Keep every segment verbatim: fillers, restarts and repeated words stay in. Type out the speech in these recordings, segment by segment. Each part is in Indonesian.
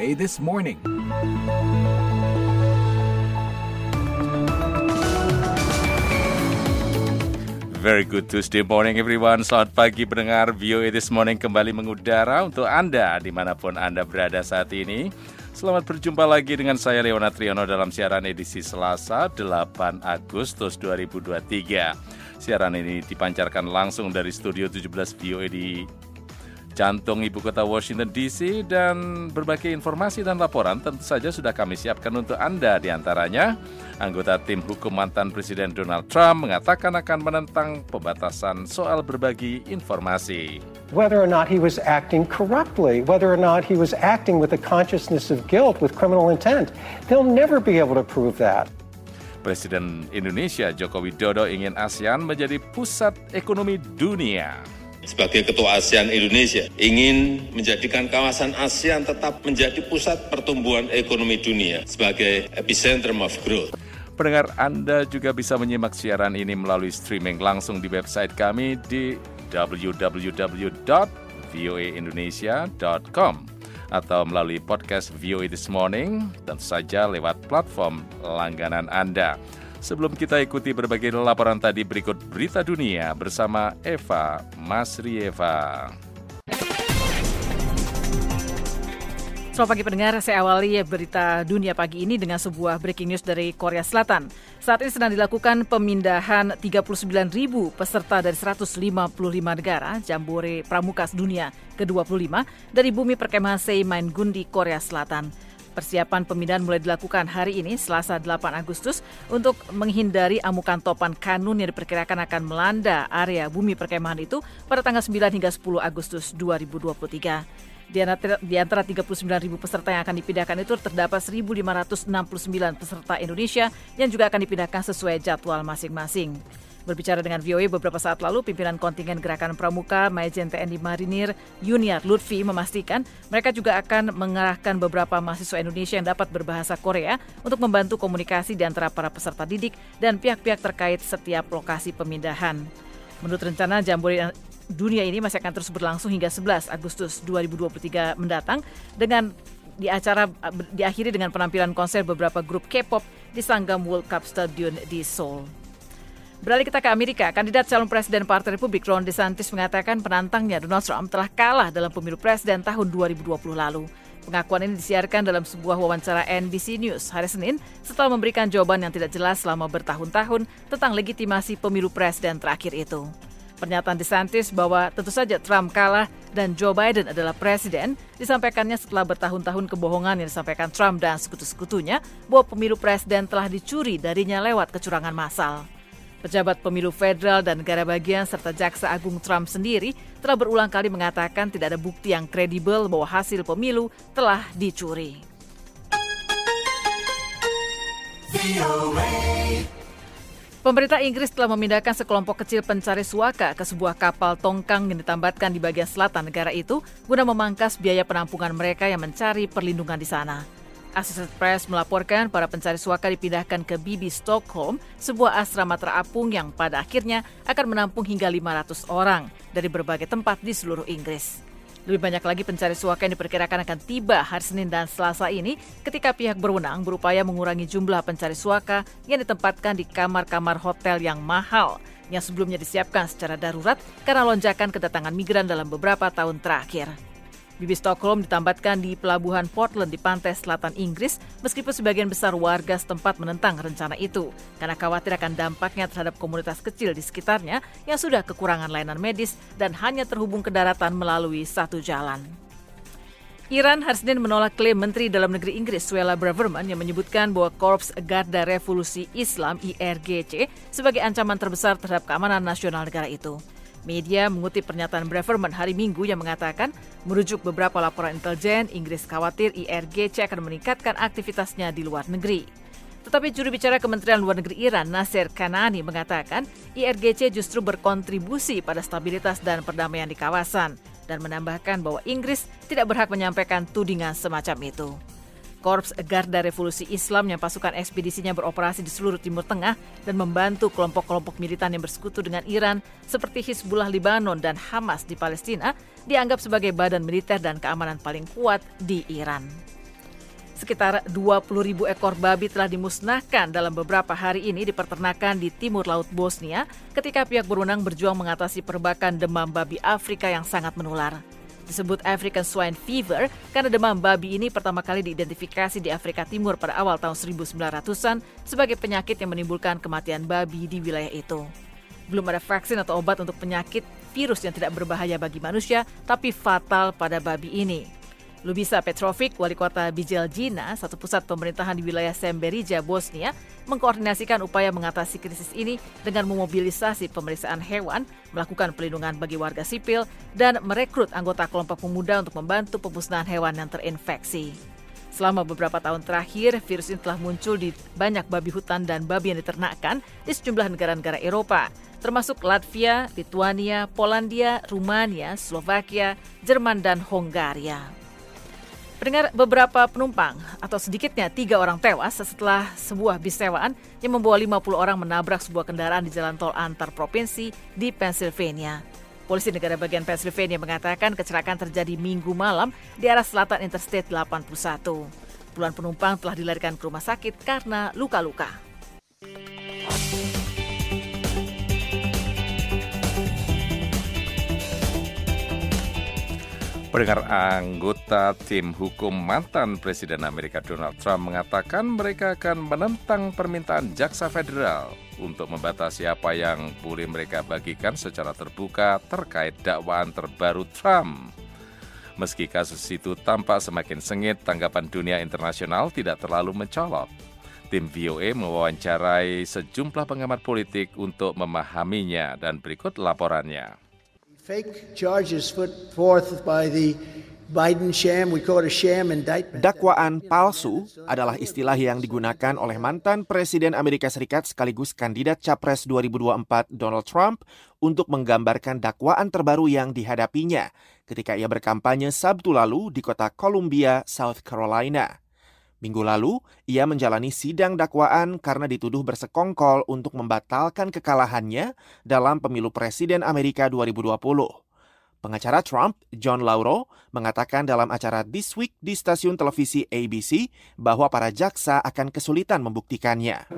A This Morning. Very good Tuesday morning everyone. Selamat pagi pendengar V O A This Morning kembali mengudara untuk Anda dimanapun Anda berada saat ini. Selamat berjumpa lagi dengan saya Leona Triyono dalam siaran edisi Selasa delapan Agustus dua ribu dua puluh tiga. Siaran ini dipancarkan langsung dari Studio tujuh belas V O A di jantung ibu kota Washington D C, dan berbagai informasi dan laporan tentu saja sudah kami siapkan untuk Anda. Di antaranya, anggota tim hukum mantan Presiden Donald Trump mengatakan akan menentang pembatasan soal berbagi informasi. Whether or not he was acting corruptly, whether or not he was acting with a consciousness of guilt, with criminal intent, they'll never be able to prove that. Presiden Indonesia Joko Widodo ingin ASEAN menjadi pusat ekonomi dunia. Sebagai Ketua ASEAN Indonesia ingin menjadikan kawasan ASEAN tetap menjadi pusat pertumbuhan ekonomi dunia sebagai epicentrum of growth. Pendengar, Anda juga bisa menyimak siaran ini melalui streaming langsung di website kami di w w w dot v o a indonesia dot com atau melalui podcast V O A This Morning, tentu saja lewat platform langganan Anda. Sebelum kita ikuti berbagai laporan tadi, berikut berita dunia bersama Eva Masrieva. Selamat pagi pendengar, saya awali berita dunia pagi ini dengan sebuah breaking news dari Korea Selatan. Saat ini sedang dilakukan pemindahan tiga puluh sembilan ribu peserta dari seratus lima puluh lima negara Jambore Pramukas Dunia ke dua puluh lima dari bumi perkemahan Seimangun di Korea Selatan. Persiapan pemindahan mulai dilakukan hari ini, Selasa delapan Agustus, untuk menghindari amukan topan kanun yang diperkirakan akan melanda area bumi perkemahan itu pada tanggal sembilan hingga sepuluh Agustus dua ribu dua puluh tiga. Di antara, di antara tiga puluh sembilan ribu peserta yang akan dipindahkan itu terdapat seribu lima ratus enam puluh sembilan peserta Indonesia yang juga akan dipindahkan sesuai jadwal masing-masing. Berbicara dengan V O A beberapa saat lalu, pimpinan kontingen Gerakan Pramuka Majen T N I Marinir Yuniar Lutfi memastikan mereka juga akan mengerahkan beberapa mahasiswa Indonesia yang dapat berbahasa Korea untuk membantu komunikasi di antara para peserta didik dan pihak-pihak terkait setiap lokasi pemindahan. Menurut rencana, Jambore Dunia ini masih akan terus berlangsung hingga sebelas Agustus dua ribu dua puluh tiga mendatang, dengan di acara diakhiri dengan penampilan konser beberapa grup K-pop di Sangam World Cup Stadium di Seoul. Beralih kita ke Amerika, kandidat calon presiden Partai Republik Ron DeSantis mengatakan penantangnya Donald Trump telah kalah dalam pemilu presiden tahun dua ribu dua puluh lalu. Pengakuan ini disiarkan dalam sebuah wawancara N B C News hari Senin setelah memberikan jawaban yang tidak jelas selama bertahun-tahun tentang legitimasi pemilu presiden terakhir itu. Pernyataan DeSantis bahwa tentu saja Trump kalah dan Joe Biden adalah presiden disampaikannya setelah bertahun-tahun kebohongan yang disampaikan Trump dan sekutu-sekutunya bahwa pemilu presiden telah dicuri darinya lewat kecurangan massal. Pejabat pemilu federal dan negara bagian serta Jaksa Agung Trump sendiri telah berulang kali mengatakan tidak ada bukti yang kredibel bahwa hasil pemilu telah dicuri. Pemerintah Inggris telah memindahkan sekelompok kecil pencari suaka ke sebuah kapal tongkang yang ditambatkan di bagian selatan negara itu guna memangkas biaya penampungan mereka yang mencari perlindungan di sana. Associated Press melaporkan para pencari suaka dipindahkan ke B B Stockholm, sebuah asrama terapung yang pada akhirnya akan menampung hingga lima ratus orang dari berbagai tempat di seluruh Inggris. Lebih banyak lagi pencari suaka yang diperkirakan akan tiba hari Senin dan Selasa ini ketika pihak berwenang berupaya mengurangi jumlah pencari suaka yang ditempatkan di kamar-kamar hotel yang mahal yang sebelumnya disiapkan secara darurat karena lonjakan kedatangan migran dalam beberapa tahun terakhir. B B Stockholm ditambatkan di pelabuhan Portland di pantai selatan Inggris meskipun sebagian besar warga setempat menentang rencana itu karena khawatir akan dampaknya terhadap komunitas kecil di sekitarnya yang sudah kekurangan layanan medis dan hanya terhubung ke daratan melalui satu jalan. Iran hari Senin menolak klaim Menteri Dalam Negeri Inggris Suella Braverman yang menyebutkan bahwa Korps Garda Revolusi Islam I R G C sebagai ancaman terbesar terhadap keamanan nasional negara itu. Media mengutip pernyataan Braverman hari Minggu yang mengatakan, merujuk beberapa laporan intelijen, Inggris khawatir I R G C akan meningkatkan aktivitasnya di luar negeri. Tetapi juru bicara Kementerian Luar Negeri Iran, Nasser Kanani, mengatakan I R G C justru berkontribusi pada stabilitas dan perdamaian di kawasan dan menambahkan bahwa Inggris tidak berhak menyampaikan tudingan semacam itu. Korps Garda Revolusi Islam yang pasukan ekspedisinya beroperasi di seluruh Timur Tengah dan membantu kelompok-kelompok militan yang bersekutu dengan Iran seperti Hizbullah Libanon dan Hamas di Palestina dianggap sebagai badan militer dan keamanan paling kuat di Iran. Sekitar dua puluh ribu ekor babi telah dimusnahkan dalam beberapa hari ini di peternakan di timur laut Bosnia ketika pihak berwenang berjuang mengatasi perbakan demam babi Afrika yang sangat menular. Disebut African Swine Fever karena demam babi ini pertama kali diidentifikasi di Afrika Timur pada awal tahun seribu sembilan ratusan sebagai penyakit yang menimbulkan kematian babi di wilayah itu. Belum ada vaksin atau obat untuk penyakit virus yang tidak berbahaya bagi manusia tapi fatal pada babi ini. Lubisa Petrovic, wali kota Bijeljina, satu pusat pemerintahan di wilayah Semberija, Bosnia, mengkoordinasikan upaya mengatasi krisis ini dengan memobilisasi pemeriksaan hewan, melakukan pelindungan bagi warga sipil, dan merekrut anggota kelompok pemuda untuk membantu pemusnahan hewan yang terinfeksi. Selama beberapa tahun terakhir, virus ini telah muncul di banyak babi hutan dan babi yang diternakkan di sejumlah negara-negara Eropa, termasuk Latvia, Lituania, Polandia, Rumania, Slovakia, Jerman, dan Hongaria. Pendengar, beberapa penumpang atau sedikitnya tiga orang tewas setelah sebuah bis sewaan yang membawa lima puluh orang menabrak sebuah kendaraan di jalan tol antar provinsi di Pennsylvania. Polisi negara bagian Pennsylvania mengatakan kecelakaan terjadi Minggu malam di arah selatan Interstate delapan puluh satu. Puluhan penumpang telah dilarikan ke rumah sakit karena luka-luka. Pendengar, anggota tim hukum mantan Presiden Amerika Donald Trump mengatakan mereka akan menentang permintaan jaksa federal untuk membatasi apa yang boleh mereka bagikan secara terbuka terkait dakwaan terbaru Trump. Meski kasus itu tampak semakin sengit, tanggapan dunia internasional tidak terlalu mencolok. Tim V O A mewawancarai sejumlah pengamat politik untuk memahaminya dan berikut laporannya. Fake charges put forth by the Biden sham, we call it a sham indictment. Dakwaan palsu adalah istilah yang digunakan oleh mantan Presiden Amerika Serikat sekaligus kandidat Capres dua ribu dua puluh empat Donald Trump untuk menggambarkan dakwaan terbaru yang dihadapinya ketika ia berkampanye Sabtu lalu di kota Columbia, South Carolina. Minggu lalu, ia menjalani sidang dakwaan karena dituduh bersekongkol untuk membatalkan kekalahannya dalam pemilu Presiden Amerika dua ribu dua puluh. Pengacara Trump, John Lauro, mengatakan dalam acara This Week di stasiun televisi A B C bahwa para jaksa akan kesulitan membuktikannya.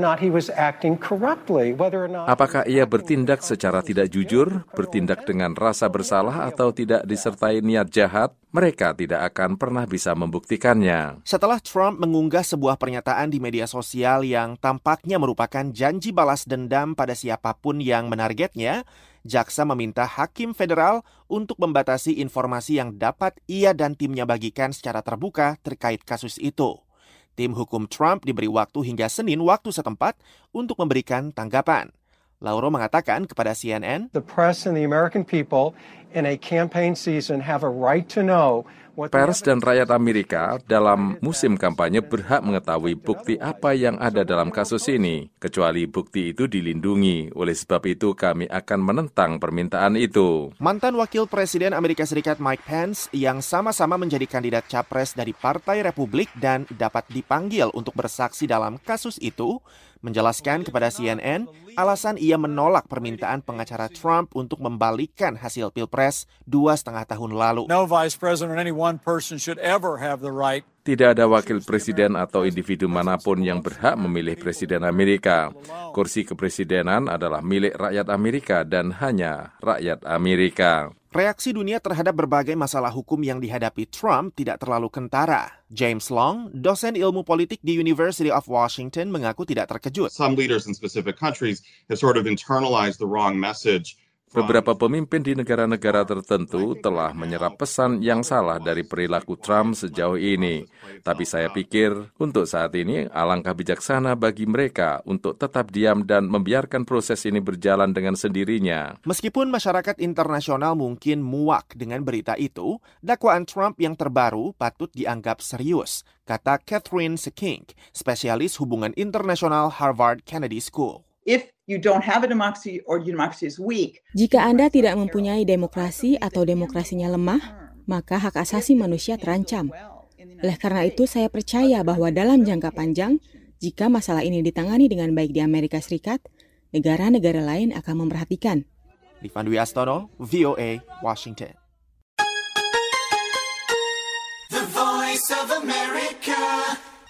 Apakah ia bertindak secara tidak jujur, bertindak dengan rasa bersalah atau tidak disertai niat jahat? Mereka tidak akan pernah bisa membuktikannya. Setelah Trump mengunggah sebuah pernyataan di media sosial yang tampaknya merupakan janji balas dendam pada siapapun yang menargetnya, jaksa meminta hakim federal untuk membatasi informasi yang dapat ia dan timnya bagikan secara terbuka terkait kasus itu. Tim hukum Trump diberi waktu hingga Senin waktu setempat untuk memberikan tanggapan. Lauro mengatakan kepada C N N, The press and the American people in a campaign season have a right to know Pers dan rakyat Amerika dalam musim kampanye berhak mengetahui bukti apa yang ada dalam kasus ini, kecuali bukti itu dilindungi. Oleh sebab itu, kami akan menentang permintaan itu. Mantan Wakil Presiden Amerika Serikat Mike Pence yang sama-sama menjadi kandidat capres dari Partai Republik dan dapat dipanggil untuk bersaksi dalam kasus itu, menjelaskan kepada C N N alasan ia menolak permintaan pengacara Trump untuk membalikkan hasil Pilpres dua setengah tahun lalu. No vice president or any one person should ever have the right. Tidak ada wakil presiden atau individu manapun yang berhak memilih presiden Amerika. Kursi kepresidenan adalah milik rakyat Amerika dan hanya rakyat Amerika. Reaksi dunia terhadap berbagai masalah hukum yang dihadapi Trump tidak terlalu kentara. James Long, dosen ilmu politik di University of Washington, mengaku tidak terkejut. Some leaders in specific countries have sort of internalized the wrong message. Beberapa pemimpin di negara-negara tertentu telah menyerap pesan yang salah dari perilaku Trump sejauh ini. Tapi saya pikir untuk saat ini alangkah bijaksana bagi mereka untuk tetap diam dan membiarkan proses ini berjalan dengan sendirinya. Meskipun masyarakat internasional mungkin muak dengan berita itu, dakwaan Trump yang terbaru patut dianggap serius, kata Catherine Sekink, spesialis hubungan internasional Harvard Kennedy School. If you don't have a democracy or democracy is weak. Jika Anda tidak mempunyai demokrasi atau demokrasinya lemah, maka hak asasi manusia terancam. Oleh karena itu, saya percaya bahwa dalam jangka panjang, jika masalah ini ditangani dengan baik di Amerika Serikat, negara-negara lain akan memperhatikan. Ivan Dwi Astono, V O A, Washington. The Voice of America.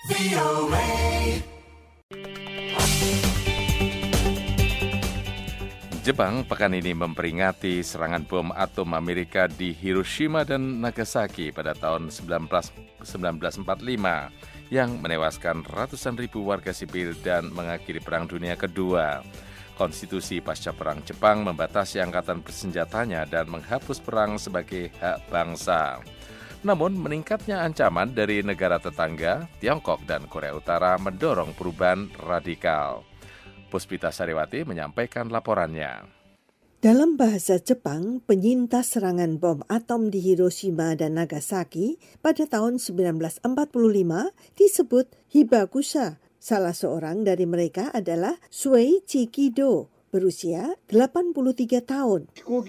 Jepang pekan ini memperingati serangan bom atom Amerika di Hiroshima dan Nagasaki pada tahun sembilan belas empat puluh lima yang menewaskan ratusan ribu warga sipil dan mengakhiri Perang Dunia Kedua. Konstitusi pasca perang Jepang membatasi angkatan bersenjatanya dan menghapus perang sebagai hak bangsa. Namun meningkatnya ancaman dari negara tetangga, Tiongkok dan Korea Utara mendorong perubahan radikal. Puspita Sariwati menyampaikan laporannya. Dalam bahasa Jepang, penyintas serangan bom atom di Hiroshima dan Nagasaki pada tahun sembilan belas empat puluh lima disebut Hibakusha. Salah seorang dari mereka adalah Shuichi Kido, berusia delapan puluh tiga tahun.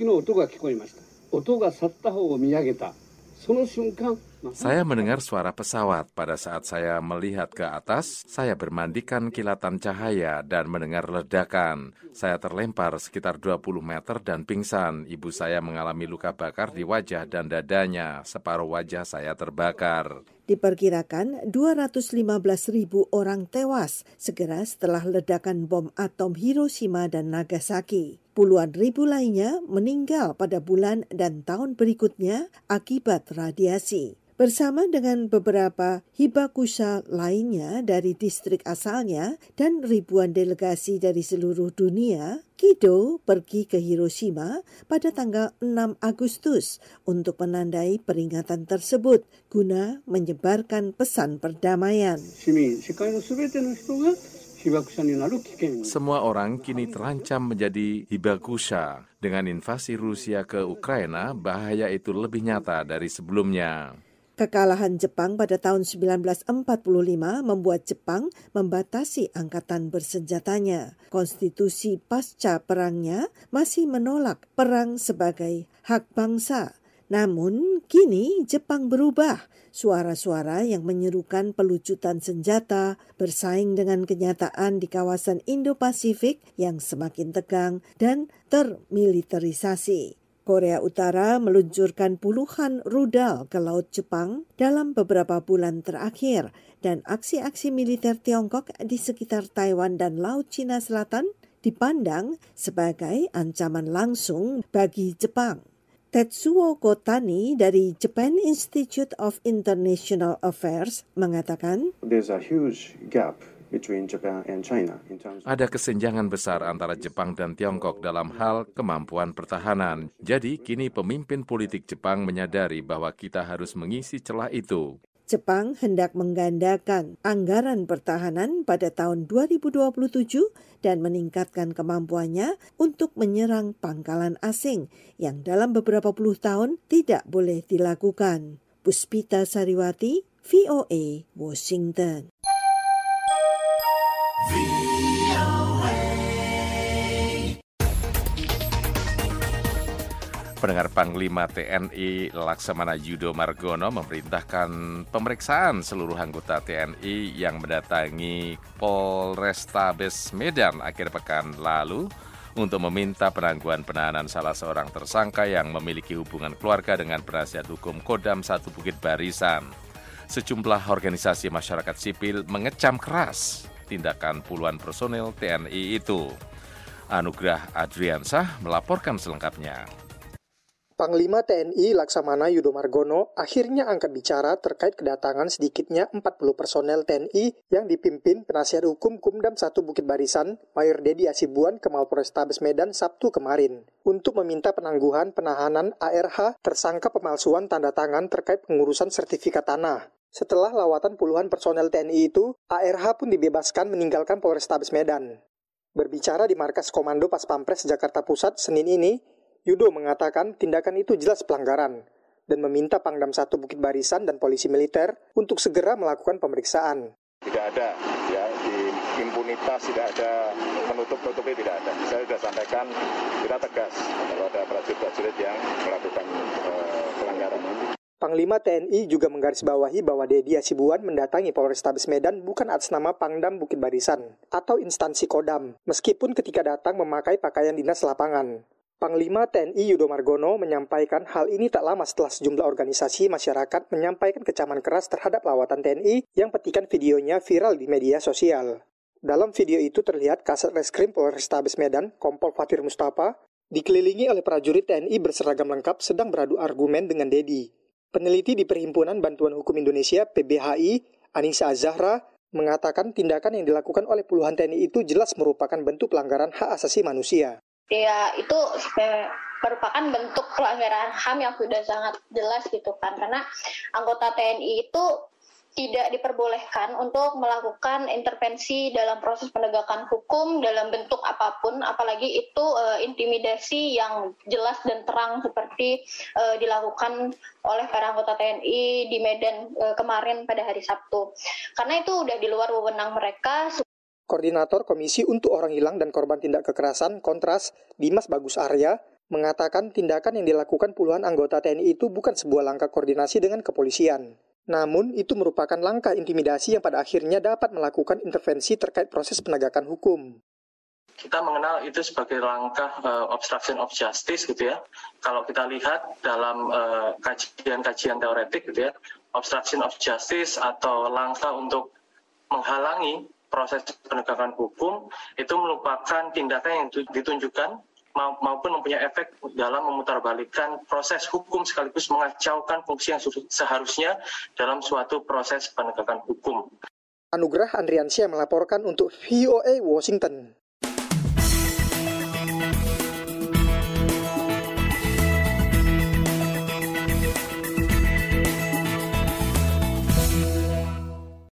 Saya mendengar suara pesawat. Pada saat saya melihat ke atas, saya bermandikan kilatan cahaya dan mendengar ledakan. Saya terlempar sekitar dua puluh meter dan pingsan. Ibu saya mengalami luka bakar di wajah dan dadanya. Separuh wajah saya terbakar. Diperkirakan dua ratus lima belas ribu orang tewas segera setelah ledakan bom atom Hiroshima dan Nagasaki. Puluhan ribu lainnya meninggal pada bulan dan tahun berikutnya akibat radiasi. Bersama dengan beberapa Hibakusha lainnya dari distrik asalnya dan ribuan delegasi dari seluruh dunia, Kido pergi ke Hiroshima pada tanggal enam Agustus untuk menandai peringatan tersebut guna menyebarkan pesan perdamaian. Semua orang kini terancam menjadi Hibakusha. Dengan invasi Rusia ke Ukraina, bahaya itu lebih nyata dari sebelumnya. Kekalahan Jepang pada tahun sembilan belas empat puluh lima membuat Jepang membatasi angkatan bersenjatanya. Konstitusi pasca perangnya masih menolak perang sebagai hak bangsa. Namun, kini Jepang berubah. Suara-suara yang menyerukan pelucutan senjata bersaing dengan kenyataan di kawasan Indo-Pasifik yang semakin tegang dan termiliterisasi. Korea Utara meluncurkan puluhan rudal ke Laut Jepang dalam beberapa bulan terakhir dan aksi-aksi militer Tiongkok di sekitar Taiwan dan Laut Cina Selatan dipandang sebagai ancaman langsung bagi Jepang. Tetsuo Kotani dari Japan Institute of International Affairs mengatakan, There's a huge gap between Japan and China in terms of... Ada kesenjangan besar antara Jepang dan Tiongkok dalam hal kemampuan pertahanan. Jadi kini pemimpin politik Jepang menyadari bahwa kita harus mengisi celah itu. Jepang hendak menggandakan anggaran pertahanan pada tahun dua ribu dua puluh tujuh dan meningkatkan kemampuannya untuk menyerang pangkalan asing yang dalam beberapa puluh tahun tidak boleh dilakukan. Puspita Sariwati, V O A, Washington. Pendengar, Panglima T N I Laksamana Yudo Margono memerintahkan pemeriksaan seluruh anggota T N I yang mendatangi Polrestabes Medan akhir pekan lalu untuk meminta penangguhan penahanan salah seorang tersangka yang memiliki hubungan keluarga dengan penasihat hukum Kodam satu Bukit Barisan. Sejumlah organisasi masyarakat sipil mengecam keras tindakan puluhan personel T N I itu. Anugrah Adriansah melaporkan selengkapnya. Panglima T N I Laksamana Yudo Margono akhirnya angkat bicara terkait kedatangan sedikitnya empat puluh personel T N I yang dipimpin penasihat hukum Kumdam satu Bukit Barisan, Mayor Dedi Asibuan ke Mapolrestabes Medan Sabtu kemarin untuk meminta penangguhan penahanan A R H tersangka pemalsuan tanda tangan terkait pengurusan sertifikat tanah. Setelah lawatan puluhan personel T N I itu, A R H pun dibebaskan meninggalkan Polrestabes Medan. Berbicara di Markas Komando Pas Pampres Jakarta Pusat Senin ini, Yudo mengatakan tindakan itu jelas pelanggaran dan meminta Pangdam satu Bukit Barisan dan polisi militer untuk segera melakukan pemeriksaan. Tidak ada, ya, di impunitas tidak ada, menutup-nutupi tidak ada. Saya sudah sampaikan, kita tegas kalau ada prajurit-prajurit yang melakukan uh, pelanggaran. Panglima T N I juga menggarisbawahi bahwa Dedi Asibuan mendatangi Polrestabes Medan bukan atas nama Pangdam Bukit Barisan atau instansi Kodam, meskipun ketika datang memakai pakaian dinas lapangan. Panglima T N I Yudo Margono menyampaikan hal ini tak lama setelah sejumlah organisasi masyarakat menyampaikan kecaman keras terhadap lawatan T N I yang petikan videonya viral di media sosial. Dalam video itu terlihat Kasat Reskrim Polrestabes Medan, Kompol Fatir Mustafa, dikelilingi oleh prajurit T N I berseragam lengkap sedang beradu argumen dengan Dedi. Peneliti di Perhimpunan Bantuan Hukum Indonesia P B H I, Anissa Azahra, mengatakan tindakan yang dilakukan oleh puluhan T N I itu jelas merupakan bentuk pelanggaran hak asasi manusia. Ya, itu merupakan bentuk pelanggaran H A M yang sudah sangat jelas gitu kan, karena anggota T N I itu tidak diperbolehkan untuk melakukan intervensi dalam proses penegakan hukum dalam bentuk apapun, apalagi itu e, intimidasi yang jelas dan terang seperti e, dilakukan oleh para anggota T N I di Medan e, kemarin pada hari Sabtu. Karena itu udah di luar wewenang mereka. Koordinator Komisi untuk Orang Hilang dan Korban Tindak Kekerasan Kontras, Dimas Bagus Arya, mengatakan tindakan yang dilakukan puluhan anggota T N I itu bukan sebuah langkah koordinasi dengan kepolisian. Namun, itu merupakan langkah intimidasi yang pada akhirnya dapat melakukan intervensi terkait proses penegakan hukum. Kita mengenal itu sebagai langkah uh, obstruction of justice gitu ya. Kalau kita lihat dalam uh, kajian-kajian teoretik gitu ya, obstruction of justice atau langkah untuk menghalangi proses penegakan hukum itu merupakan tindakan yang ditunjukkan maupun mempunyai efek dalam memutarbalikkan proses hukum sekaligus mengacaukan fungsi yang seharusnya dalam suatu proses penegakan hukum. Anugrah Andriansyah melaporkan untuk V O A Washington.